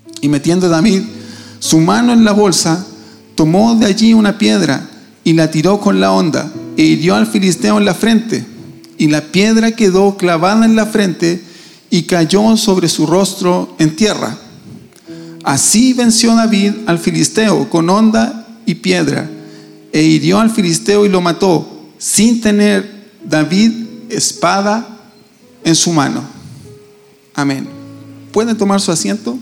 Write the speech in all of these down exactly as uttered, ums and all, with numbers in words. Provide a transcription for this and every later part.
Y metiendo David su mano en la bolsa, tomó de allí una piedra y la tiró con la honda e hirió al filisteo en la frente. Y la piedra quedó clavada en la frente y cayó sobre su rostro en tierra. Así venció David al filisteo con honda y piedra, e hirió al filisteo y lo mató, sin tener David espada en su mano. Amén. ¿Pueden tomar su asiento?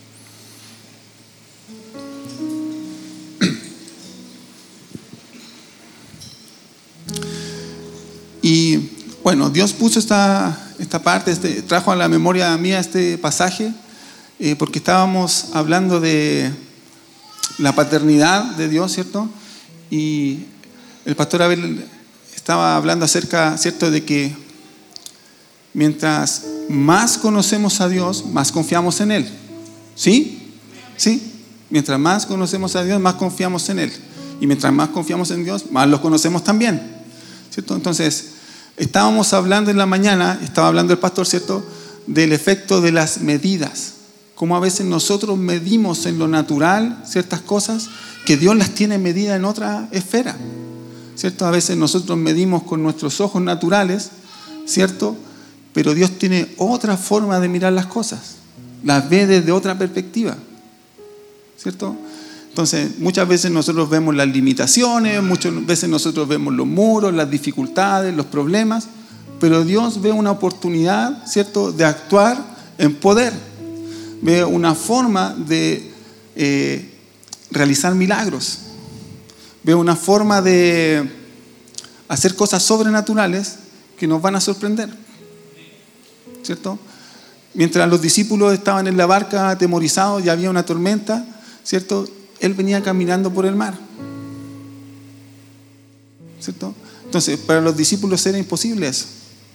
Y bueno, Dios puso esta, esta parte, este, trajo a la memoria mía este pasaje, eh, porque estábamos hablando de la paternidad de Dios, ¿cierto? Y el pastor Abel estaba hablando acerca, ¿cierto?, de que mientras más conocemos a Dios, más confiamos en Él. ¿Sí? ¿Sí? Mientras más conocemos a Dios, más confiamos en Él. Y mientras más confiamos en Dios, más lo conocemos también, ¿cierto? Entonces, estábamos hablando en la mañana, estaba hablando el pastor, ¿cierto?, del efecto de las medidas. Cómo a veces nosotros medimos en lo natural ciertas cosas que Dios las tiene medidas en otra esfera, ¿cierto? A veces nosotros medimos con nuestros ojos naturales, ¿cierto? Pero Dios tiene otra forma de mirar las cosas, las ve desde otra perspectiva, ¿cierto? Entonces, muchas veces nosotros vemos las limitaciones, muchas veces nosotros vemos los muros, las dificultades, los problemas, pero Dios ve una oportunidad, ¿cierto?, de actuar en poder, ve una forma de eh, realizar milagros, ve una forma de hacer cosas sobrenaturales que nos van a sorprender, ¿cierto? Mientras los discípulos estaban en la barca atemorizados y había una tormenta, ¿cierto?, Él venía caminando por el mar, ¿cierto? Entonces, para los discípulos era imposible eso,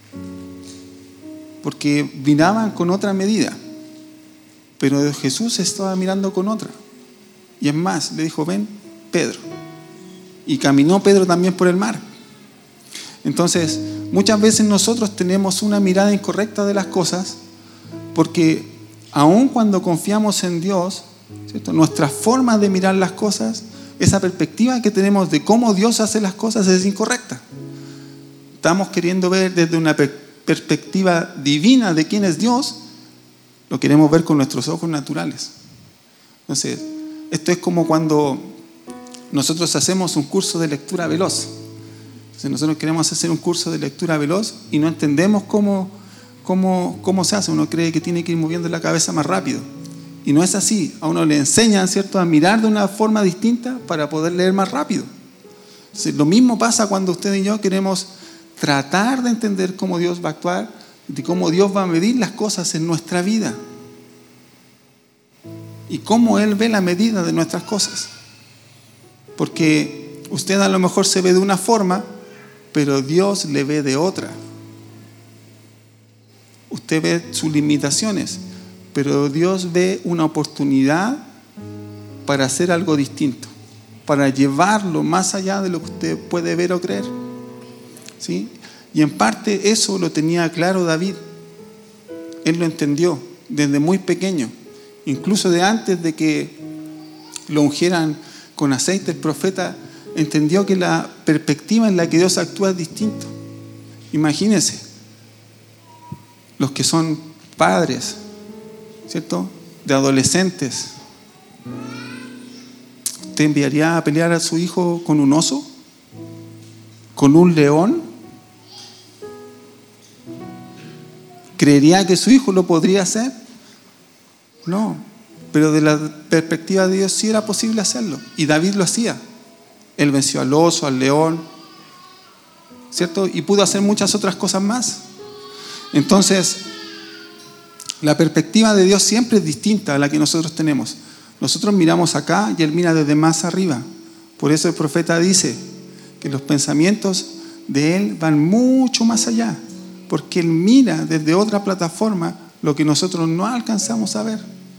porque miraban con otra medida, pero Jesús estaba mirando con otra. Y es más, le dijo: ven, Pedro. Y caminó Pedro también por el mar. Entonces, muchas veces nosotros tenemos una mirada incorrecta de las cosas, porque aun cuando confiamos en Dios, ¿cierto?, nuestra forma de mirar las cosas, esa perspectiva que tenemos de cómo Dios hace las cosas es incorrecta. Estamos queriendo ver desde una per- perspectiva divina de quién es Dios, lo queremos ver con nuestros ojos naturales. Entonces, esto es como cuando nosotros hacemos un curso de lectura veloz. Entonces, nosotros queremos hacer un curso de lectura veloz y no entendemos cómo, cómo, cómo se hace. Uno cree que tiene que ir moviendo la cabeza más rápido. Y no es así. A uno le enseñan, ¿cierto?, a mirar de una forma distinta para poder leer más rápido. Entonces, lo mismo pasa cuando usted y yo queremos tratar de entender cómo Dios va a actuar, de cómo Dios va a medir las cosas en nuestra vida y cómo Él ve la medida de nuestras cosas. Porque usted a lo mejor se ve de una forma, pero Dios le ve de otra. Usted ve sus limitaciones, pero Dios ve una oportunidad para hacer algo distinto, para llevarlo más allá de lo que usted puede ver o creer, ¿sí? Y en parte eso lo tenía claro David. Él lo entendió desde muy pequeño, incluso de antes de que lo ungieran con aceite el profeta, entendió que la perspectiva en la que Dios actúa es distinta. Imagínense, los que son padres, ¿cierto?, de adolescentes, ¿usted enviaría a pelear a su hijo con un oso? ¿Con un león? ¿Creería que su hijo lo podría hacer? No, pero de la perspectiva de Dios sí era posible hacerlo, y David lo hacía. Él venció al oso, al león, ¿cierto? Y pudo hacer muchas otras cosas más. Entonces, la perspectiva de Dios siempre es distinta a la que nosotros tenemos. Nosotros miramos acá y Él mira desde más arriba. Por eso el profeta dice que los pensamientos de Él van mucho más allá, porque Él mira desde otra plataforma lo que nosotros no alcanzamos a ver.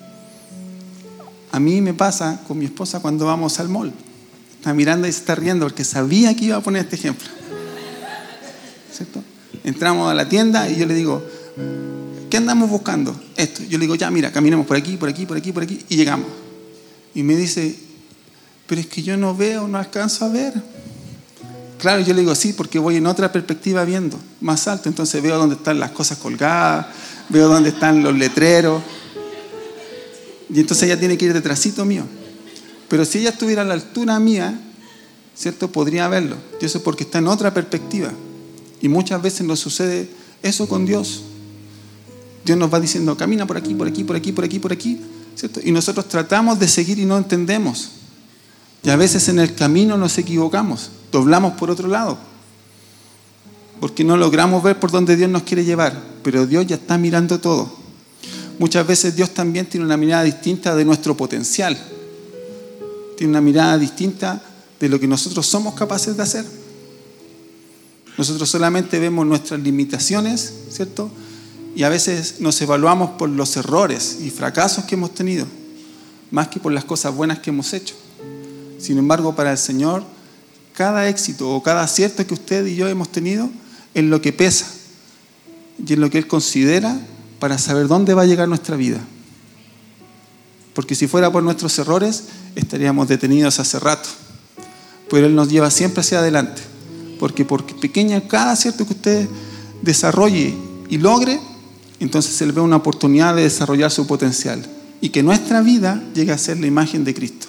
A mí me pasa con mi esposa cuando vamos al mall. Está mirando y se está riendo porque sabía que iba a poner este ejemplo, ¿cierto? Entramos a la tienda y yo le digo: ¿qué andamos buscando? Esto. Yo le digo, ya, mira, caminemos por aquí, por aquí, por aquí, por aquí, y llegamos. Y me dice, pero es que yo no veo, no alcanzo a ver. Claro, yo le digo, sí, porque voy en otra perspectiva viendo, más alto. Entonces veo dónde están las cosas colgadas, veo dónde están los letreros. Y entonces ella tiene que ir detrásito mío. Pero si ella estuviera a la altura mía, ¿cierto? Podría verlo. Y eso es porque está en otra perspectiva. Y muchas veces nos sucede eso con Dios. Dios nos va diciendo, camina por aquí, por aquí, por aquí, por aquí, por aquí, ¿cierto? Y nosotros tratamos de seguir y no entendemos. Y a veces en el camino nos equivocamos, doblamos por otro lado, porque no logramos ver por dónde Dios nos quiere llevar, pero Dios ya está mirando todo. Muchas veces Dios también tiene una mirada distinta de nuestro potencial, tiene una mirada distinta de lo que nosotros somos capaces de hacer. Nosotros solamente vemos nuestras limitaciones, ¿cierto? Y a veces nos evaluamos por los errores y fracasos que hemos tenido, más que por las cosas buenas que hemos hecho. Sin embargo, para el Señor, cada éxito o cada acierto que usted y yo hemos tenido es lo que pesa y es lo que Él considera para saber dónde va a llegar nuestra vida. Porque si fuera por nuestros errores, estaríamos detenidos hace rato. Pero Él nos lleva siempre hacia adelante. Porque por pequeña cada acierto que usted desarrolle y logre, entonces se le ve una oportunidad de desarrollar su potencial. Y que nuestra vida llegue a ser la imagen de Cristo.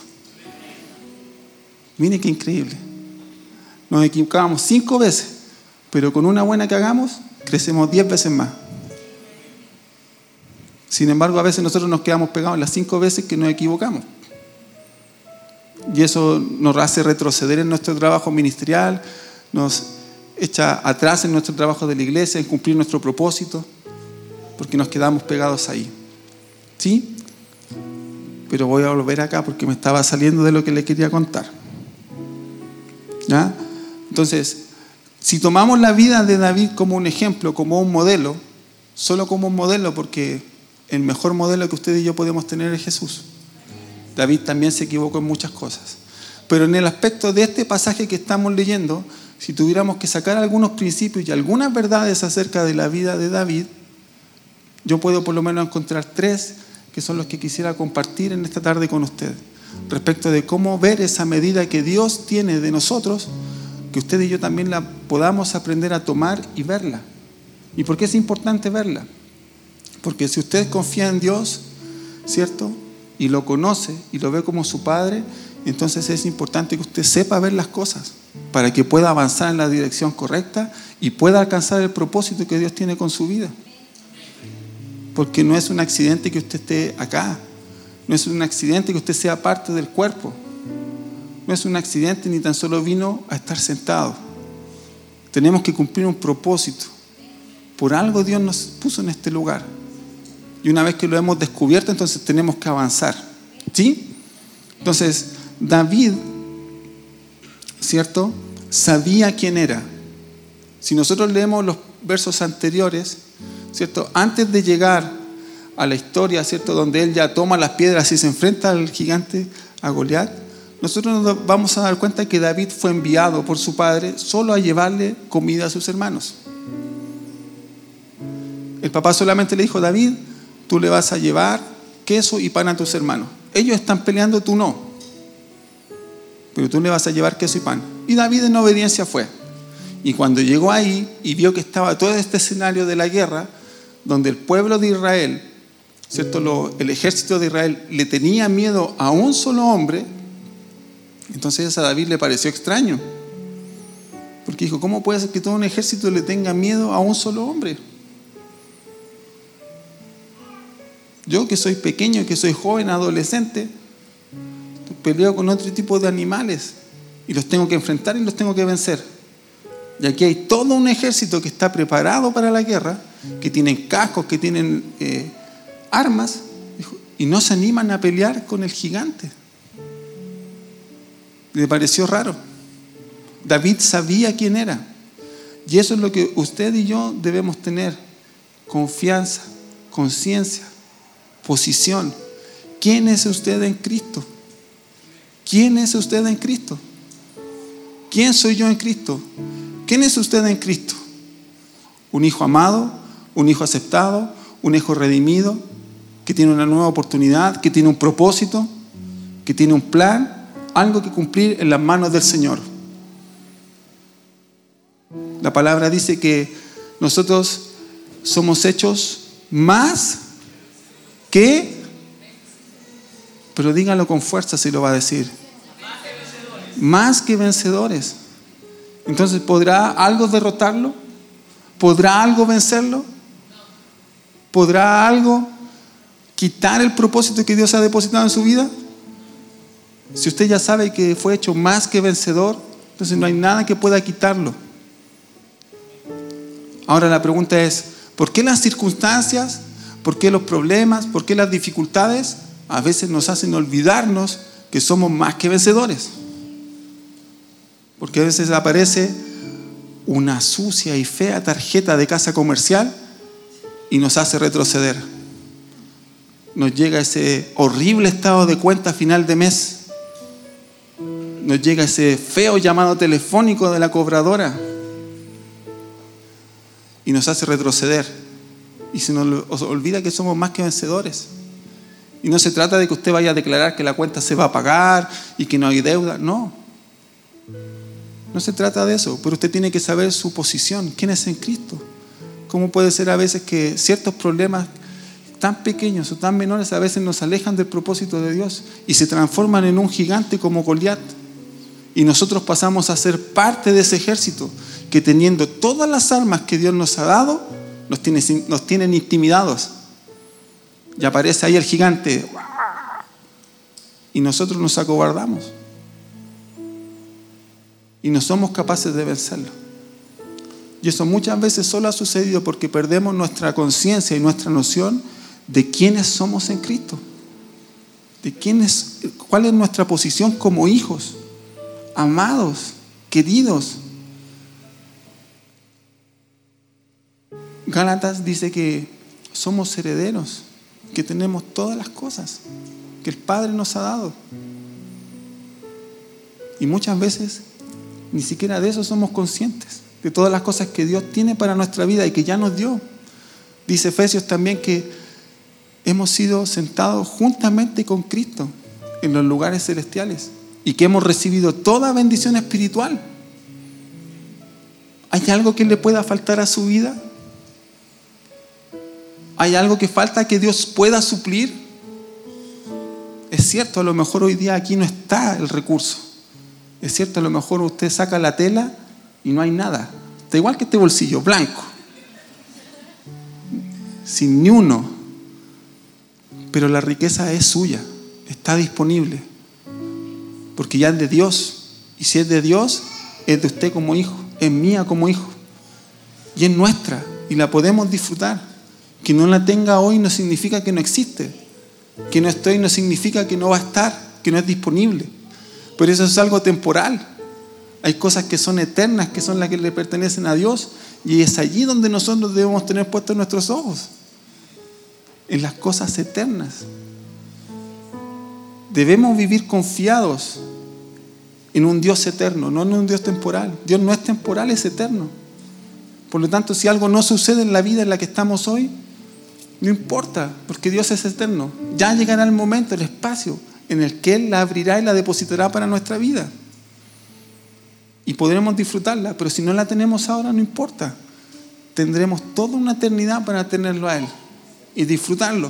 Mire qué increíble. Nos equivocábamos cinco veces, pero con una buena que hagamos, crecemos diez veces más. Sin embargo, a veces nosotros nos quedamos pegados en las cinco veces que nos equivocamos. Y eso nos hace retroceder en nuestro trabajo ministerial, nos echa atrás en nuestro trabajo de la iglesia, en cumplir nuestro propósito, porque nos quedamos pegados ahí. ¿Sí? Pero voy a volver acá porque me estaba saliendo de lo que le quería contar. ¿Ya? Entonces, si tomamos la vida de David como un ejemplo, como un modelo, solo como un modelo, porque el mejor modelo que usted y yo podemos tener es Jesús. David también se equivocó en muchas cosas. Pero en el aspecto de este pasaje que estamos leyendo, si tuviéramos que sacar algunos principios y algunas verdades acerca de la vida de David, yo puedo por lo menos encontrar tres que son los que quisiera compartir en esta tarde con usted. Respecto de cómo ver esa medida que Dios tiene de nosotros, que usted y yo también la podamos aprender a tomar y verla. ¿Y por qué es importante verla? Porque si usted confía en Dios, ¿cierto? Y lo conoce y lo ve como su Padre, entonces es importante que usted sepa ver las cosas para que pueda avanzar en la dirección correcta y pueda alcanzar el propósito que Dios tiene con su vida. Porque no es un accidente que usted esté acá. No es un accidente que usted sea parte del cuerpo. No es un accidente ni tan solo vino a estar sentado. Tenemos que cumplir un propósito. Por algo Dios nos puso en este lugar. Y una vez que lo hemos descubierto, entonces tenemos que avanzar. ¿Sí? Entonces, David, ¿cierto? Sabía quién era. Si nosotros leemos los versos anteriores, ¿cierto? Antes de llegar a la historia, ¿cierto? Donde él ya toma las piedras y se enfrenta al gigante, a Goliat, nosotros nos vamos a dar cuenta que David fue enviado por su padre solo a llevarle comida a sus hermanos. El papá solamente le dijo, David, tú le vas a llevar queso y pan a tus hermanos. Ellos están peleando, tú no. Pero tú le vas a llevar queso y pan. Y David en obediencia fue. Y cuando llegó ahí y vio que estaba todo este escenario de la guerra, donde el pueblo de Israel, ¿cierto? Lo, el ejército de Israel le tenía miedo a un solo hombre, entonces a David le pareció extraño. Porque dijo, ¿cómo puede ser que todo un ejército le tenga miedo a un solo hombre? Yo que soy pequeño, que soy joven, adolescente, peleo con otro tipo de animales y los tengo que enfrentar y los tengo que vencer. Y aquí hay todo un ejército que está preparado para la guerra, que tienen cascos, que tienen eh, armas, y no se animan a pelear con el gigante. Le pareció raro. David sabía quién era. Y eso es lo que usted y yo debemos tener. Confianza, conciencia, posición. ¿Quién es usted en Cristo? ¿Quién es usted en Cristo? ¿Quién soy yo en Cristo? ¿Quién es usted en Cristo? ¿Un hijo amado? ¿Un hijo aceptado? un hijo redimido, que tiene una nueva oportunidad, que tiene un propósito, que tiene un plan, algo que cumplir en las manos del Señor. La palabra dice que nosotros somos hechos más que, pero díganlo con fuerza si lo va a decir, más que vencedores. Entonces, ¿podrá algo derrotarlo? ¿Podrá algo vencerlo? ¿Podrá algo quitar el propósito que Dios ha depositado en su vida? Si usted ya sabe que fue hecho más que vencedor, entonces no hay nada que pueda quitarlo. Ahora la pregunta es, ¿por qué las circunstancias, por qué los problemas, por qué las dificultades a veces nos hacen olvidarnos que somos más que vencedores? Porque a veces aparece una sucia y fea tarjeta de casa comercial y nos hace retroceder. Nos llega ese horrible estado de cuenta a final de mes. Nos llega ese feo llamado telefónico de la cobradora y nos hace retroceder. Y se nos olvida que somos más que vencedores. Y no se trata de que usted vaya a declarar que la cuenta se va a pagar y que no hay deuda. No. No se trata de eso. Pero usted tiene que saber su posición. ¿Quién es en Cristo? ¿Cómo puede ser a veces que ciertos problemas tan pequeños o tan menores a veces nos alejan del propósito de Dios y se transforman en un gigante como Goliat? Y nosotros pasamos a ser parte de ese ejército que, teniendo todas las armas que Dios nos ha dado, nos, tiene, nos tienen intimidados. Y aparece ahí el gigante y nosotros nos acobardamos y no somos capaces de vencerlo. Y eso muchas veces solo ha sucedido porque perdemos nuestra conciencia y nuestra noción de quiénes somos en Cristo, de quién es, cuál es nuestra posición como hijos amados, queridos. Gálatas dice que somos herederos, que tenemos todas las cosas que el Padre nos ha dado. Y muchas veces ni siquiera de eso somos conscientes, de todas las cosas que Dios tiene para nuestra vida y que ya nos dio. Dice Efesios también que hemos sido sentados juntamente con Cristo en los lugares celestiales y que hemos recibido toda bendición espiritual. ¿Hay algo que le pueda faltar a su vida? ¿Hay algo que falta que Dios pueda suplir? Es cierto, a lo mejor hoy día aquí no está el recurso. Es cierto, a lo mejor usted saca la tela y no hay nada. Está igual que este bolsillo, blanco, sin ni uno. Pero la riqueza es suya, está disponible, porque ya es de Dios. Y si es de Dios, es de usted como hijo, es mía como hijo, y es nuestra, y la podemos disfrutar. Que no la tenga hoy no significa que no existe, que no esté hoy no significa que no va a estar, que no es disponible. Pero eso es algo temporal. Hay cosas que son eternas, que son las que le pertenecen a Dios, y es allí donde nosotros debemos tener puestos nuestros ojos, en las cosas eternas. Debemos vivir confiados en un Dios eterno, no en un Dios temporal. Dios no es temporal, es eterno. Por lo tanto, si algo no sucede en la vida en la que estamos hoy, no importa, porque Dios es eterno. Ya llegará el momento, el espacio en el que Él la abrirá y la depositará para nuestra vida. Y podremos disfrutarla, pero si no la tenemos ahora, no importa. Tendremos toda una eternidad para tenerlo a Él y disfrutarlo.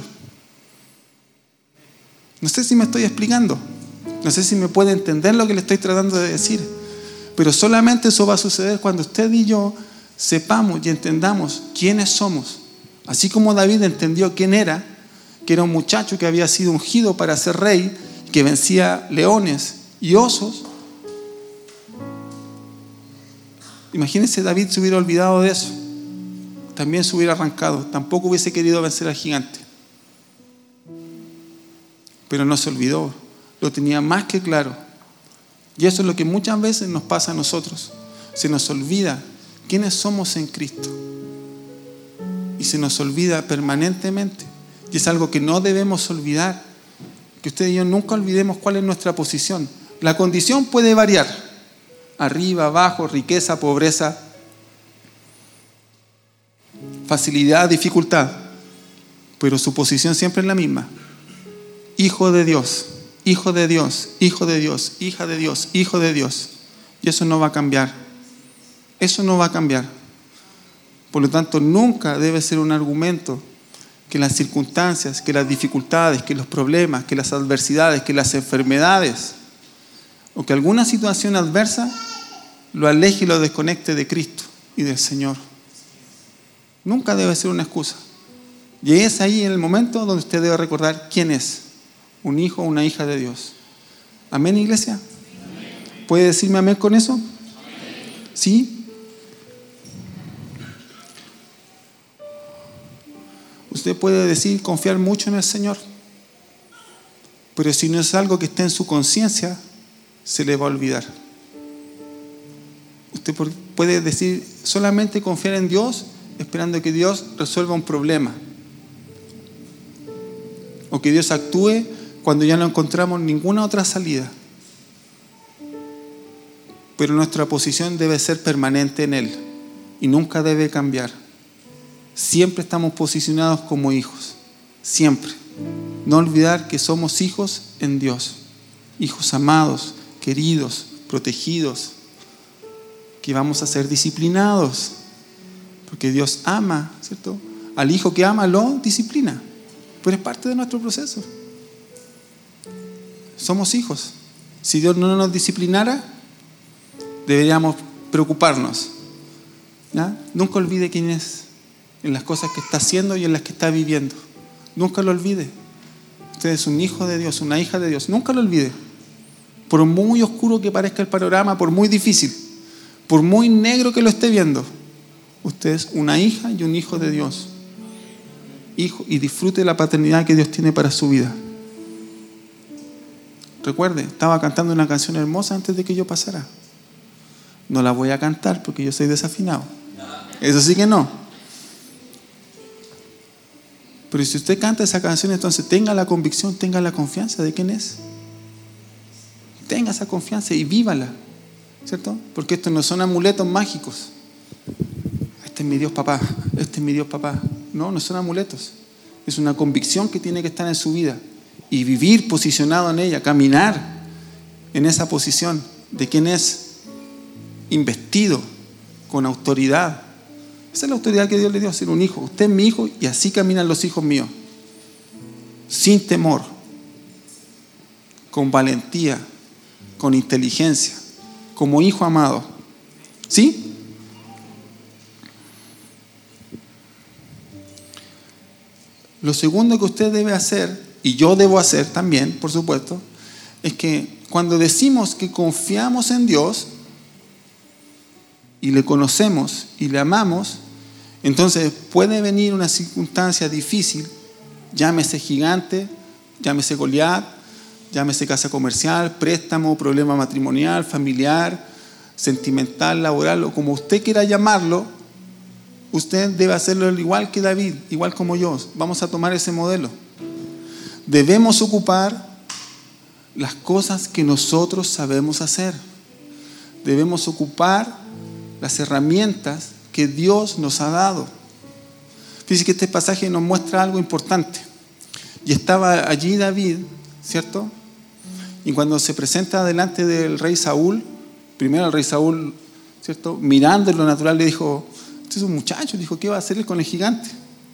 No sé si me estoy explicando. No sé si me puede entender lo que le estoy tratando de decir. Pero solamente eso va a suceder cuando usted y yo sepamos y entendamos quiénes somos. Así como David entendió quién era, que era un muchacho que había sido ungido para ser rey, que vencía leones y osos. Imagínense, David se hubiera olvidado de eso. También se hubiera arrancado. Tampoco hubiese querido vencer al gigante. Pero no se olvidó. Lo tenía más que claro. Y eso es lo que muchas veces nos pasa a nosotros. Se nos olvida quiénes somos en Cristo. Y se nos olvida permanentemente. Y es algo que no debemos olvidar. Que usted y yo nunca olvidemos cuál es nuestra posición. La condición puede variar. Arriba, abajo, riqueza, pobreza, facilidad, dificultad. pero su posición siempre es la misma. Hijo de Dios, hijo de Dios, hijo de Dios, hija de Dios, hijo de Dios. Y eso no va a cambiar. Eso no va a cambiar. Por lo tanto, nunca debe ser un argumento que las circunstancias, que las dificultades, que los problemas, que las adversidades, que las enfermedades o que alguna situación adversa lo aleje y lo desconecte de Cristo y del Señor. Nunca debe ser una excusa. Y es ahí en el momento donde usted debe recordar quién es. Un hijo o una hija de Dios. ¿Amén, iglesia? ¿Puede decirme amén con eso? ¿Sí? Usted puede decir confiar mucho en el Señor, pero si no es algo que esté en su conciencia, se le va a olvidar. Usted puede decir solamente confiar en Dios esperando que Dios resuelva un problema o que Dios actúe cuando ya no encontramos ninguna otra salida. Pero nuestra posición debe ser permanente en Él y nunca debe cambiar. Siempre estamos posicionados como hijos, siempre. No olvidar que somos hijos en Dios, hijos amados, queridos, protegidos, que vamos a ser disciplinados, porque Dios ama, ¿cierto? Al hijo que ama lo disciplina, pero es parte de nuestro proceso. Somos hijos. Si Dios no nos disciplinara, deberíamos preocuparnos, ¿ya? Nunca olvide quién es en las cosas que está haciendo y en las que está viviendo. Nunca lo olvide. Usted es un hijo de Dios, una hija de Dios. Nunca lo olvide. Por muy oscuro que parezca el panorama, por muy difícil, por muy negro que lo esté viendo, usted es una hija y un hijo de Dios. Hijo, y disfrute de la paternidad que Dios tiene para su vida. Recuerde, estaba cantando una canción hermosa antes de que yo pasara. No la voy a cantar porque yo soy desafinado. Eso sí que no. Pero si usted canta esa canción, entonces tenga la convicción, tenga la confianza de quién es. Tenga esa confianza y vívala, ¿cierto? Porque estos no son amuletos mágicos. Este es mi Dios papá, este es mi Dios papá. No, no son amuletos. Es una convicción que tiene que estar en su vida y vivir posicionado en ella, caminar en esa posición de quién es, investido con autoridad. Esa es la autoridad que Dios le dio a ser un hijo. Usted es mi hijo y así caminan los hijos míos. Sin temor, con valentía, con inteligencia, como hijo amado. ¿Sí? Lo segundo que usted debe hacer, y yo debo hacer también, por supuesto, es que cuando decimos que confiamos en Dios y le conocemos y le amamos, entonces puede venir una circunstancia difícil, llámese gigante, llámese Goliat, llámese casa comercial, préstamo, problema matrimonial, familiar, sentimental, laboral, o como usted quiera llamarlo, usted debe hacerlo igual que David, igual como yo. Vamos a tomar ese modelo. Debemos ocupar las cosas que nosotros sabemos hacer. Debemos ocupar las herramientas que Dios nos ha dado. Fíjense que este pasaje nos muestra algo importante. Y estaba allí David, ¿cierto? Y cuando se presenta delante del rey Saúl, primero el rey Saúl, ¿cierto? Mirando en lo natural le dijo, este es un muchacho, dijo, ¿qué va a hacer él con el gigante?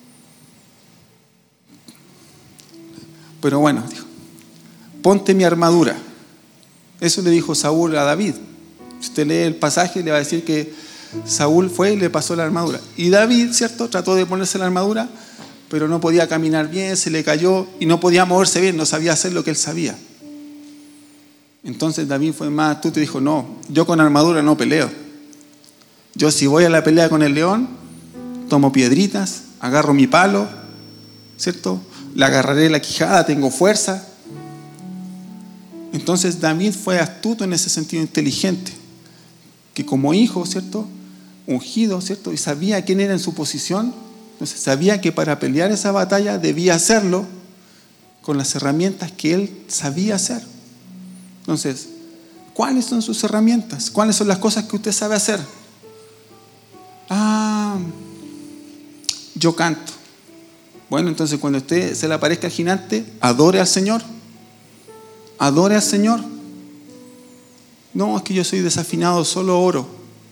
Pero bueno, dijo, ponte mi armadura. Eso le dijo Saúl a David. Si usted lee el pasaje, le va a decir que Saúl fue y le pasó la armadura. Y David, ¿cierto? Trató de ponerse la armadura, pero no podía caminar bien, se le cayó y no podía moverse bien, no sabía hacer lo que él sabía. Entonces David fue más astuto y dijo, no, yo con armadura no peleo. Yo si voy a la pelea con el león, tomo piedritas, agarro mi palo, ¿cierto? Le agarraré la quijada, tengo fuerza. Entonces David fue astuto en ese sentido, inteligente, que como hijo, ¿cierto? Ungido, ¿cierto? Y sabía quién era en su posición. Entonces sabía que para pelear esa batalla debía hacerlo con las herramientas que él sabía hacer. Entonces, ¿cuáles son sus herramientas? ¿Cuáles son las cosas que usted sabe hacer? Ah, yo canto. Bueno, entonces cuando usted se le aparezca el gigante, adore al Señor. Adore al Señor. No, es que yo soy desafinado, solo oro.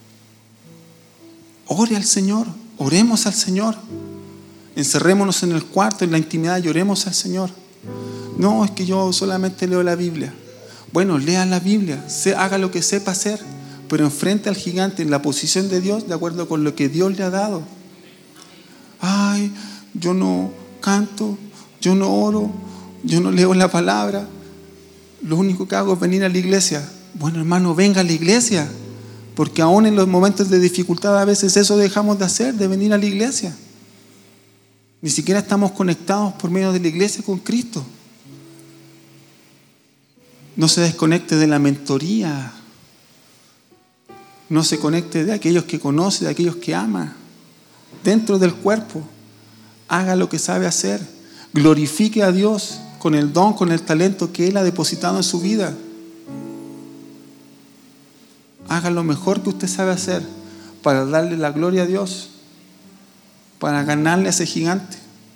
Ore al Señor, oremos al Señor. Encerrémonos en el cuarto, en la intimidad, y oremos al Señor. No, es que yo solamente leo la Biblia. Bueno, lea la Biblia, haga lo que sepa hacer, pero enfrente al gigante en la posición de Dios, de acuerdo con lo que Dios le ha dado. Ay, yo no canto, yo no oro, yo no leo la palabra. Lo único que hago es venir a la iglesia. Bueno, hermano, venga a la iglesia, porque aún en los momentos de dificultad a veces eso dejamos de hacer, de venir a la iglesia. Ni siquiera estamos conectados por medio de la iglesia con Cristo. No se desconecte de la mentoría. No se conecte de aquellos que conoce, de aquellos que ama. Dentro del cuerpo, haga lo que sabe hacer. Glorifique a Dios con el don, con el talento que Él ha depositado en su vida. Haga lo mejor que usted sabe hacer para darle la gloria a Dios, para ganarle a ese gigante.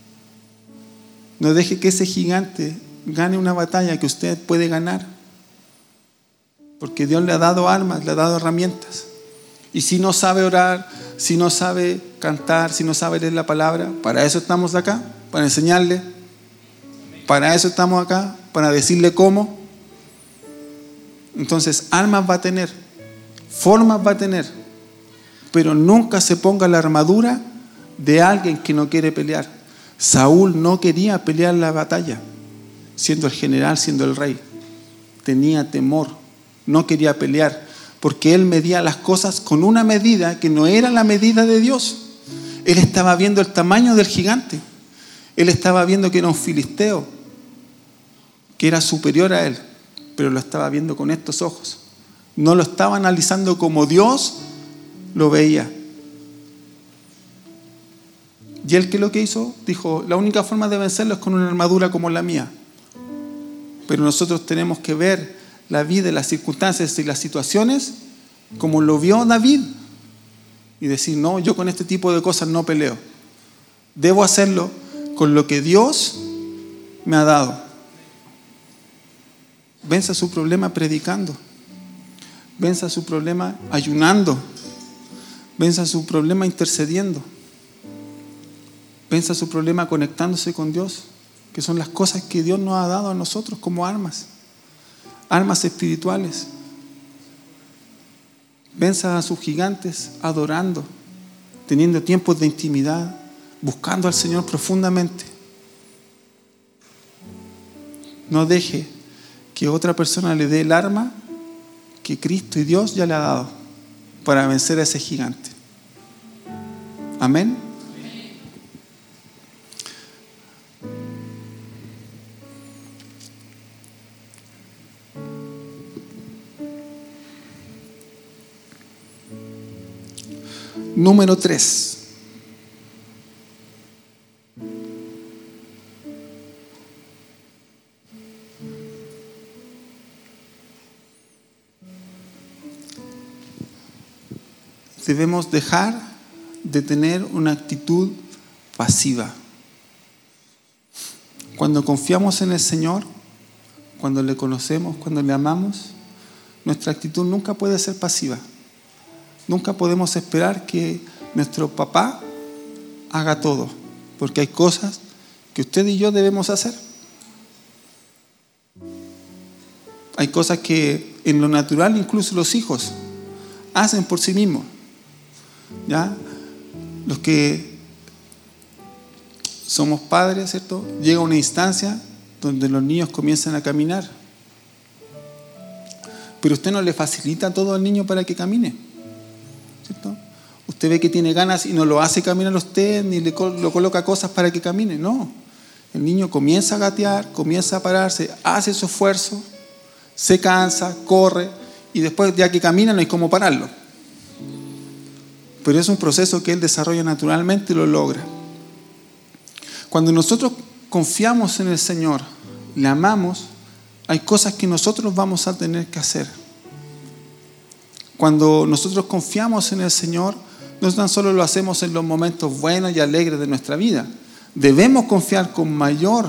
No deje que ese gigante gane una batalla que usted puede ganar, porque Dios le ha dado armas, le ha dado herramientas. Y si no sabe orar, si no sabe cantar, si no sabe leer la palabra, para eso estamos acá, para enseñarle. Para eso estamos acá, para decirle cómo. Entonces, armas va a tener, formas va a tener, pero nunca se ponga la armadura de alguien que no quiere pelear. Saúl no quería pelear la batalla, siendo el general, siendo el rey. Tenía temor, no quería pelear, porque él medía las cosas con una medida que no era la medida de Dios. Él estaba viendo el tamaño del gigante. Él estaba viendo que era un filisteo, que era superior a él, pero lo estaba viendo con estos ojos. No lo estaba analizando como Dios lo veía. Y él, ¿qué es lo que hizo? Dijo, la única forma de vencerlo es con una armadura como la mía. Pero nosotros tenemos que ver la vida, las circunstancias y las situaciones como lo vio David. Y decir, no, yo con este tipo de cosas no peleo. Debo hacerlo con lo que Dios me ha dado. Venza su problema predicando. Venza su problema ayunando. Venza su problema intercediendo. Venza su problema conectándose con Dios, que son las cosas que Dios nos ha dado a nosotros como armas. Armas espirituales. Venza a sus gigantes adorando, teniendo tiempos de intimidad, buscando al Señor profundamente. No deje que otra persona le dé el arma que Cristo y Dios ya le ha dado para vencer a ese gigante. Amén. Número tres. Debemos dejar de tener una actitud pasiva. Cuando confiamos en el Señor, cuando le conocemos, cuando le amamos, nuestra actitud nunca puede ser pasiva. Nunca podemos esperar que nuestro papá haga todo, porque hay cosas que usted y yo debemos hacer. Hay cosas que en lo natural incluso los hijos hacen por sí mismos. ¿Ya? Los que somos padres, ¿cierto? Llega una instancia donde los niños comienzan a caminar, pero usted no le facilita todo al niño para que camine, ¿cierto? Usted ve que tiene ganas y no lo hace caminar a usted, ni le lo coloca cosas para que camine. No, el niño comienza a gatear, comienza a pararse, hace su esfuerzo, se cansa, corre, y después ya que camina no hay cómo pararlo. Pero es un proceso que él desarrolla naturalmente y lo logra. Cuando nosotros confiamos en el Señor, le amamos, hay cosas que nosotros vamos a tener que hacer. Cuando nosotros confiamos en el Señor, no tan solo lo hacemos en los momentos buenos y alegres de nuestra vida, Debemos confiar con mayor,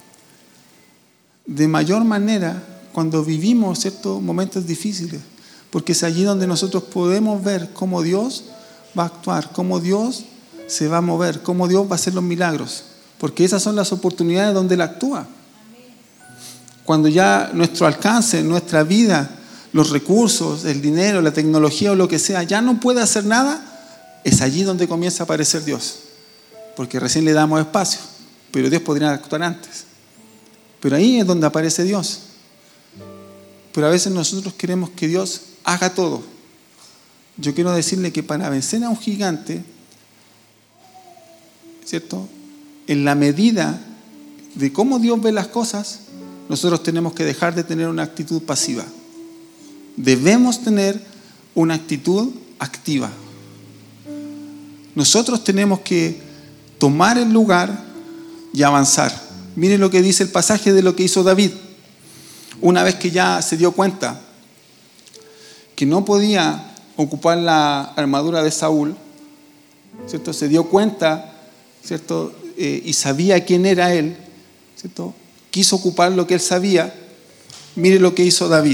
de mayor manera cuando vivimos ciertos momentos difíciles, porque es allí donde nosotros podemos ver cómo Dios va a actuar, cómo Dios se va a mover, cómo Dios va a hacer los milagros, porque esas son las oportunidades donde Él actúa. Cuando ya nuestro alcance, nuestra vida, los recursos, el dinero, la tecnología o lo que sea, ya no puede hacer nada, es allí donde comienza a aparecer Dios. Porque recién le damos espacio, pero Dios podría actuar antes. Pero ahí es donde aparece Dios. Pero a veces nosotros queremos que Dios haga todo. Yo quiero decirle que para vencer a un gigante, ¿cierto? En la medida de cómo Dios ve las cosas, nosotros tenemos que dejar de tener una actitud pasiva. Debemos tener una actitud activa. Nosotros tenemos que tomar el lugar y avanzar. Miren lo que dice el pasaje de lo que hizo David. Una vez que ya se dio cuenta que no podía ocupar la armadura de Saúl, ¿cierto? Se dio cuenta, ¿cierto? Eh, y sabía quién era él, ¿cierto? Quiso ocupar lo que él sabía. Mire lo que hizo David.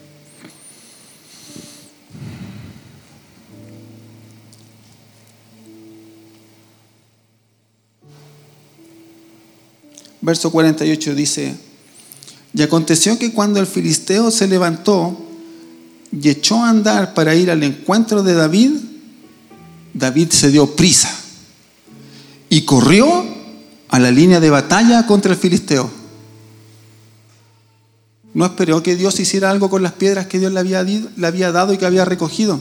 Verso cuarenta y ocho dice: y aconteció que cuando el filisteo se levantó y echó a andar para ir al encuentro de David, David se dio prisa y corrió a la línea de batalla contra el filisteo. No esperó que Dios hiciera algo con las piedras que Dios le había, le había dado y que había recogido.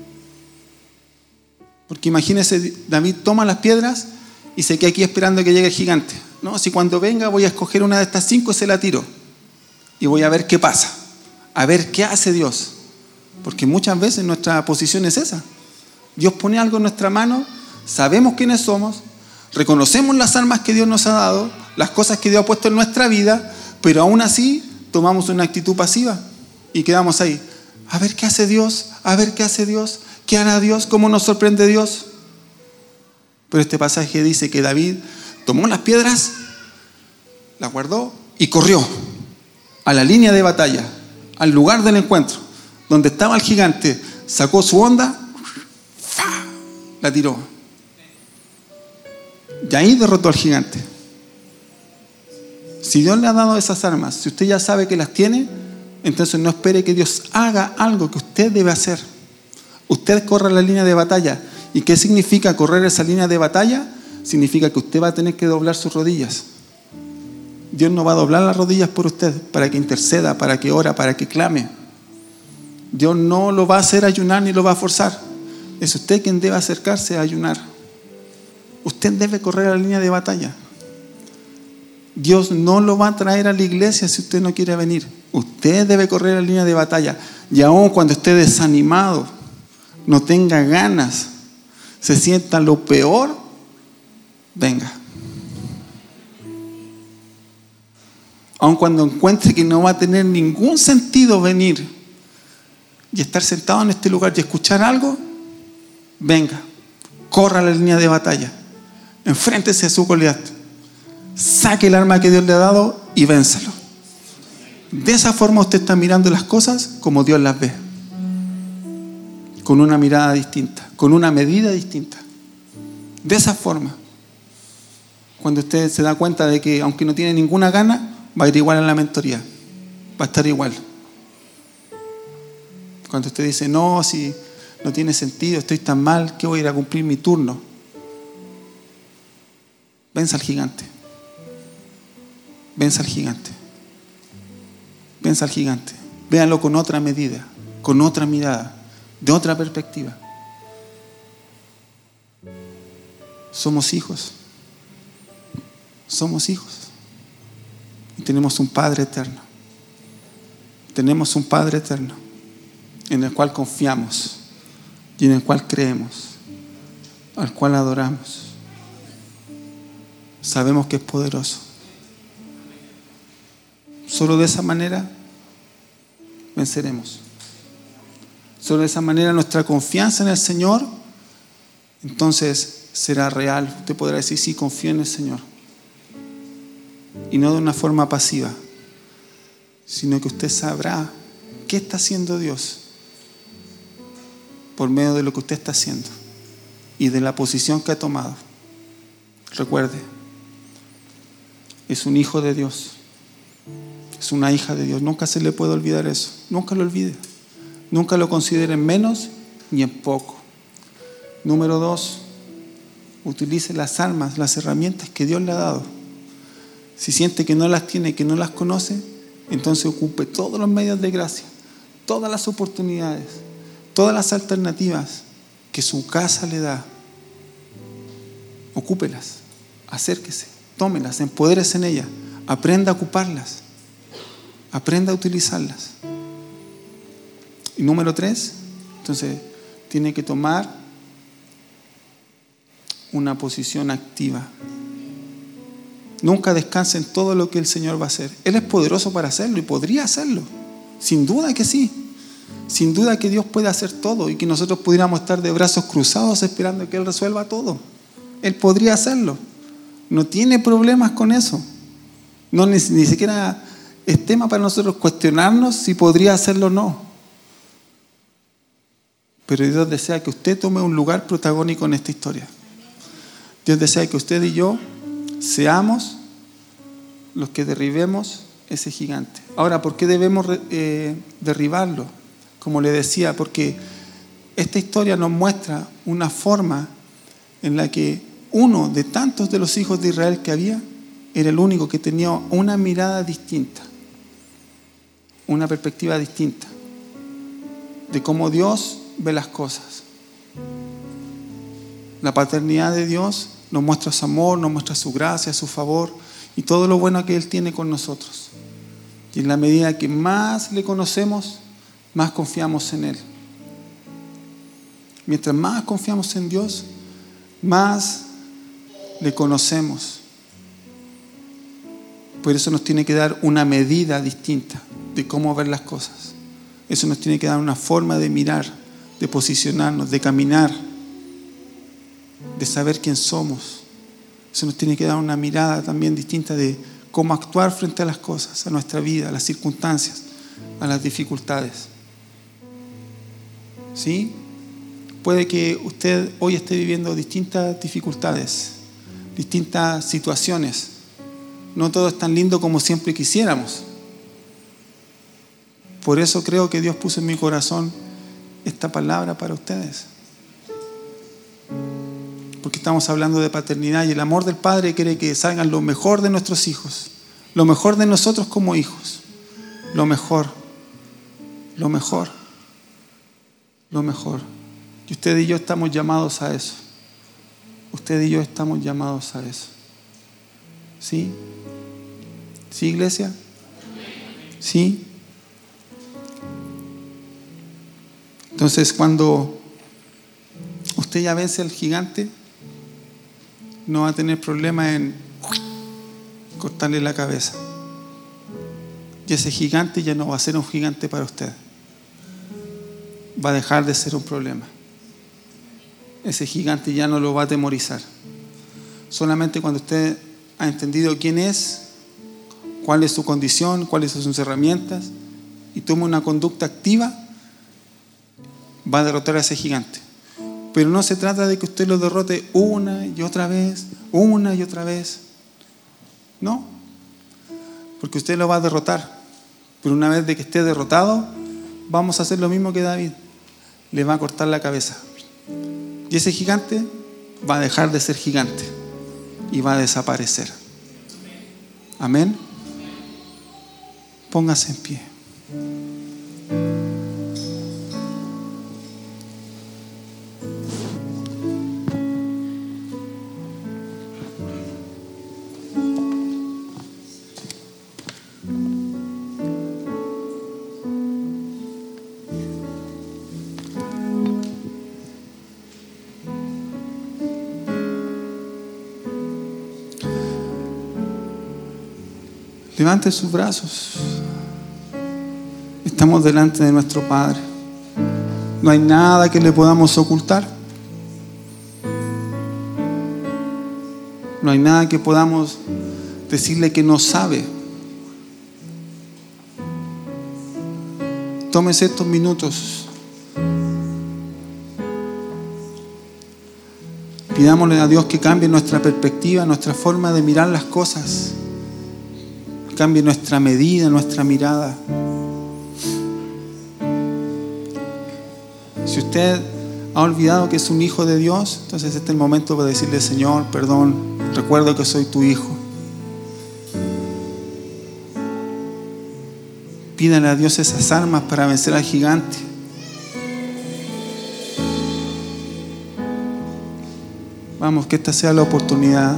Porque imagínese, David toma las piedras y se queda aquí esperando que llegue el gigante. No, si cuando venga voy a escoger una de estas cinco y se la tiro. Y voy a ver qué pasa. A ver qué hace Dios. Porque muchas veces nuestra posición es esa. Dios pone algo en nuestra mano, sabemos quiénes somos, reconocemos las armas que Dios nos ha dado, las cosas que Dios ha puesto en nuestra vida, pero aún así tomamos una actitud pasiva y quedamos ahí. A ver qué hace Dios, a ver qué hace Dios, qué hará Dios, cómo nos sorprende Dios. Pero este pasaje dice que David tomó las piedras, las guardó y corrió a la línea de batalla, al lugar del encuentro, donde estaba el gigante. Sacó su honda, la tiró. Y ahí derrotó al gigante. Si Dios le ha dado esas armas, si usted ya sabe que las tiene, entonces no espere que Dios haga algo que usted debe hacer. Usted corra la línea de batalla. ¿Y qué significa correr esa línea de batalla? Significa que usted va a tener que doblar sus rodillas. Dios no va a doblar las rodillas por usted para que interceda, para que ora, para que clame. Dios no lo va a hacer ayunar ni lo va a forzar. Es usted quien debe acercarse a ayunar. Usted debe correr la línea de batalla. Dios no lo va a traer a la iglesia si usted no quiere venir. Usted debe correr la línea de batalla. Y aun cuando esté desanimado, no tenga ganas, se sienta lo peor, venga. Aun cuando encuentre que no va a tener ningún sentido venir y estar sentado en este lugar y escuchar algo, venga, corra la línea de batalla, enfréntese a su Goliat, saque el arma que Dios le ha dado y vénsalo. De esa forma usted está mirando las cosas como Dios las ve, con una mirada distinta, con una medida distinta. De esa forma, cuando usted se da cuenta de que aunque no tiene ninguna gana, va a ir igual a la mentoría, va a estar igual. Cuando usted dice, no, si no tiene sentido, estoy tan mal, que voy a ir a cumplir mi turno. Venza al gigante. Venza al gigante. Venza al gigante. Véanlo con otra medida, con otra mirada, de otra perspectiva. Somos hijos. Somos hijos. Y tenemos un Padre eterno. Tenemos un Padre eterno en el cual confiamos y en el cual creemos, al cual adoramos. Sabemos que es poderoso. Solo de esa manera venceremos. Solo de esa manera nuestra confianza en el Señor entonces será real. Usted podrá decir, sí, confío en el Señor. y no de una forma pasiva, sino que usted sabrá qué está haciendo Dios por medio de lo que usted está haciendo y de la posición que ha tomado. Recuerde, es un hijo de Dios, es una hija de Dios. Nunca se le puede olvidar eso. Nunca lo olvide. Nunca lo considere en menos ni en poco. Número dos, utilice las armas, las herramientas que Dios le ha dado. Si siente que no las tiene, que no las conoce, entonces ocupe todos los medios de gracia, todas las oportunidades, todas las alternativas que su casa le da. Ocúpelas, acérquese, tómelas, empodérese en ellas, aprenda a ocuparlas, aprenda a utilizarlas. Y número tres, entonces tiene que tomar una posición activa. Nunca descanse en todo lo que el Señor va a hacer. Él es poderoso para hacerlo y podría hacerlo. Sin duda que sí. Sin duda que Dios puede hacer todo y que nosotros pudiéramos estar de brazos cruzados esperando que Él resuelva todo. Él podría hacerlo. No tiene problemas con eso. No, ni, ni siquiera es tema para nosotros cuestionarnos si podría hacerlo o no. Pero Dios desea que usted tome un lugar protagónico en esta historia. Dios desea que usted y yo seamos los que derribemos ese gigante. Ahora, ¿por qué debemos eh, derribarlo? Como le decía, porque esta historia nos muestra una forma en la que uno de tantos de los hijos de Israel que había era el único que tenía una mirada distinta, una perspectiva distinta de cómo Dios ve las cosas. La paternidad de Dios nos muestra su amor, nos muestra su gracia, su favor y todo lo bueno que Él tiene con nosotros. Y en la medida que más le conocemos, más confiamos en Él. Mientras más confiamos en Dios, más le conocemos. Por eso nos tiene que dar una medida distinta de cómo ver las cosas. Eso nos tiene que dar una forma de mirar, de posicionarnos, de caminar, de saber quién somos. Eso nos tiene que dar una mirada también distinta de cómo actuar frente a las cosas, a nuestra vida, a las circunstancias, a las dificultades. ¿Sí? Puede que usted hoy esté viviendo distintas dificultades, distintas situaciones. No todo es tan lindo como siempre quisiéramos. Por eso creo que Dios puso en mi corazón esta palabra para ustedes. Porque estamos hablando de paternidad y el amor del Padre quiere que salgan lo mejor de nuestros hijos, lo mejor de nosotros como hijos, lo mejor, lo mejor, lo mejor. Y usted y yo estamos llamados a eso. Usted y yo estamos llamados a eso. ¿Sí? ¿Sí, iglesia? ¿Sí? Entonces, cuando usted ya vence al gigante, no va a tener problema en cortarle la cabeza. Y ese gigante ya no va a ser un gigante para usted. Va a dejar de ser un problema. Ese gigante ya no lo va a atemorizar. Solamente cuando usted ha entendido quién es, cuál es su condición, cuáles son sus herramientas, y toma una conducta activa, va a derrotar a ese gigante. Pero no se trata de que usted lo derrote una y otra vez, una y otra vez. No, porque usted lo va a derrotar. Pero una vez de que esté derrotado, vamos a hacer lo mismo que David. Le va a cortar la cabeza. Y ese gigante va a dejar de ser gigante y va a desaparecer. Amén. Póngase en pie. Levante sus brazos. Estamos delante de nuestro Padre. No hay nada que le podamos ocultar. No hay nada que podamos decirle que no sabe. Tómese estos minutos. Pidámosle a Dios que cambie nuestra perspectiva, nuestra forma de mirar las cosas. Cambie nuestra medida, nuestra mirada. Si usted ha olvidado que es un hijo de Dios, entonces este es el momento para decirle: Señor, perdón, recuerdo que soy tu hijo. Pídale a Dios esas armas para vencer al gigante. Vamos, que esta sea la oportunidad.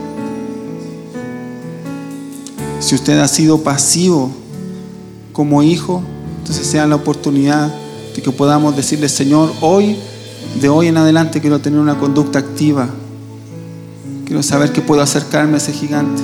Si usted ha sido pasivo como hijo, entonces sea la oportunidad de que podamos decirle: Señor, hoy, de hoy en adelante quiero tener una conducta activa. Quiero saber que puedo acercarme a ese gigante.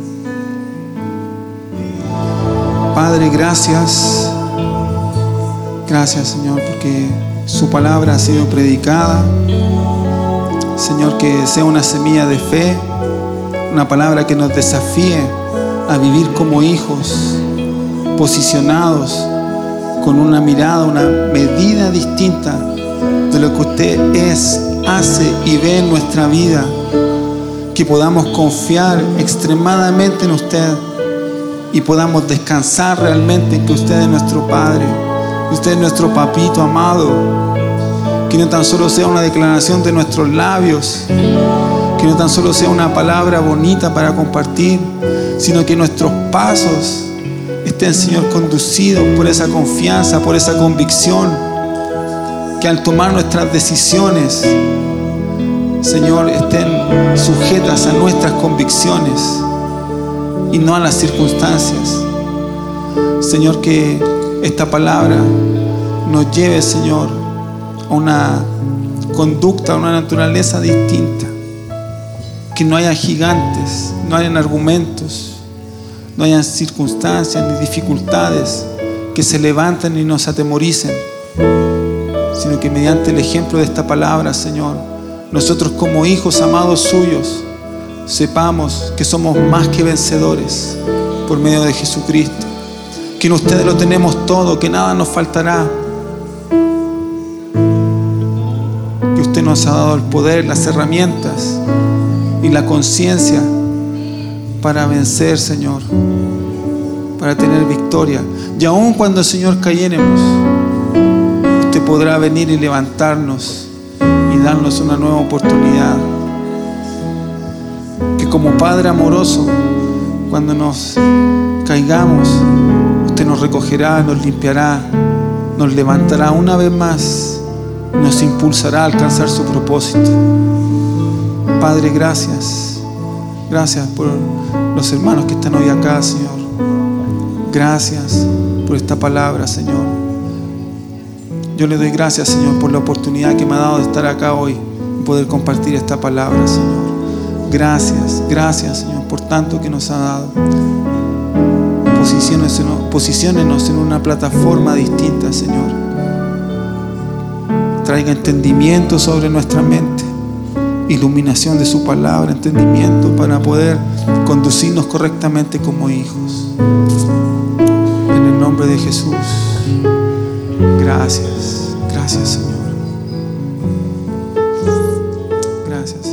Padre, gracias. Gracias, Señor, porque su palabra ha sido predicada. Señor, que sea una semilla de fe, una palabra que nos desafíe a vivir como hijos, posicionados, con una mirada, una medida distinta de lo que usted es, hace y ve en nuestra vida. Que podamos confiar extremadamente en usted y podamos descansar realmente en que usted es nuestro Padre, que usted es nuestro papito amado. Que no tan solo sea una declaración de nuestros labios, que no tan solo sea una palabra bonita para compartir, sino que nuestros pasos estén, Señor, conducidos por esa confianza, por esa convicción, que al tomar nuestras decisiones, Señor, estén sujetas a nuestras convicciones y no a las circunstancias. Señor, que esta palabra nos lleve, Señor, a una conducta, a una naturaleza distinta. Que no haya gigantes, no hayan argumentos, no hayan circunstancias ni dificultades que se levanten y nos atemoricen, sino que mediante el ejemplo de esta palabra, Señor, nosotros como hijos amados suyos sepamos que somos más que vencedores por medio de Jesucristo, que en ustedes lo tenemos todo, que nada nos faltará, que usted nos ha dado el poder, las herramientas y la conciencia para vencer, Señor, para tener victoria. Y aun cuando, Señor, cayéremos, usted podrá venir y levantarnos y darnos una nueva oportunidad. Que como Padre amoroso, cuando nos caigamos, usted nos recogerá, nos limpiará, nos levantará una vez más, nos impulsará a alcanzar su propósito. Padre, gracias. Gracias por los hermanos que están hoy acá, Señor. Gracias por esta palabra, Señor. Yo le doy gracias, Señor, por la oportunidad que me ha dado de estar acá hoy y poder compartir esta palabra, Señor. Gracias, gracias, Señor, por tanto que nos ha dado. Posiciónenos, posiciónenos en una plataforma distinta, Señor. Traiga entendimiento sobre nuestra mente, iluminación de su palabra, entendimiento para poder conducirnos correctamente como hijos. En el nombre de Jesús. Gracias, gracias, Señor. Gracias.